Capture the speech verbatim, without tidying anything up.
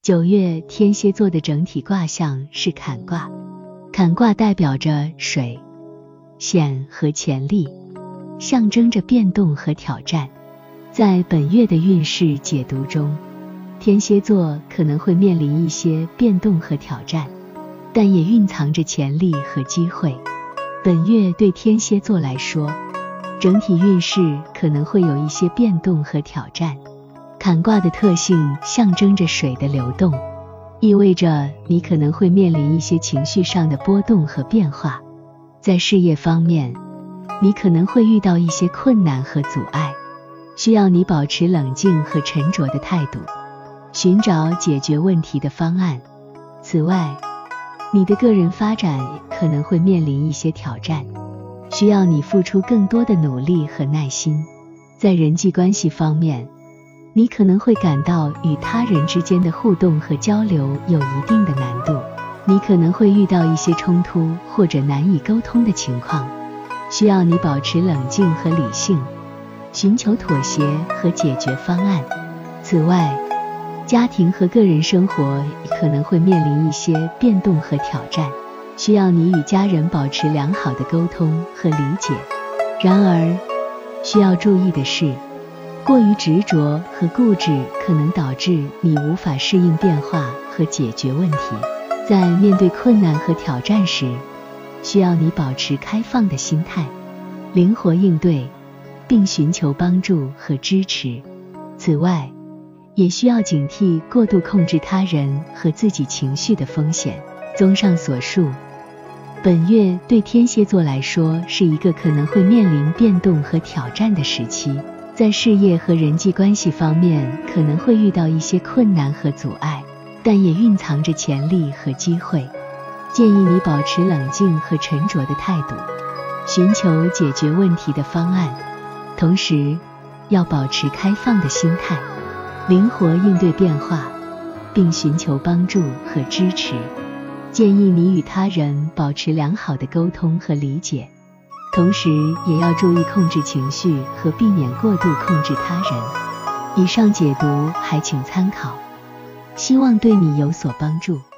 九月天蝎座的整体卦象是坎卦，坎卦代表着水、险和潜力，象征着变动和挑战。在本月的运势解读中，天蝎座可能会面临一些变动和挑战，但也蕴藏着潜力和机会。本月对天蝎座来说，整体运势可能会有一些变动和挑战。坎卦的特性象征着水的流动，意味着你可能会面临一些情绪上的波动和变化。在事业方面，你可能会遇到一些困难和阻碍，需要你保持冷静和沉着的态度，寻找解决问题的方案。此外，你的个人发展可能会面临一些挑战，需要你付出更多的努力和耐心。在人际关系方面，你可能会感到与他人之间的互动和交流有一定的难度，你可能会遇到一些冲突或者难以沟通的情况，需要你保持冷静和理性，寻求妥协和解决方案。此外，家庭和个人生活可能会面临一些变动和挑战，需要你与家人保持良好的沟通和理解。然而，需要注意的是，过于执着和固执可能导致你无法适应变化和解决问题。在面对困难和挑战时，需要你保持开放的心态，灵活应对，并寻求帮助和支持。此外，也需要警惕过度控制他人和自己情绪的风险。综上所述，本月对天蝎座来说是一个可能会面临变动和挑战的时期。在事业和人际关系方面可能会遇到一些困难和阻碍，但也蕴藏着潜力和机会。建议你保持冷静和沉着的态度，寻求解决问题的方案，同时要保持开放的心态，灵活应对变化，并寻求帮助和支持。建议你与他人保持良好的沟通和理解，同时也要注意控制情绪和避免过度控制他人。以上解读还请参考，希望对你有所帮助。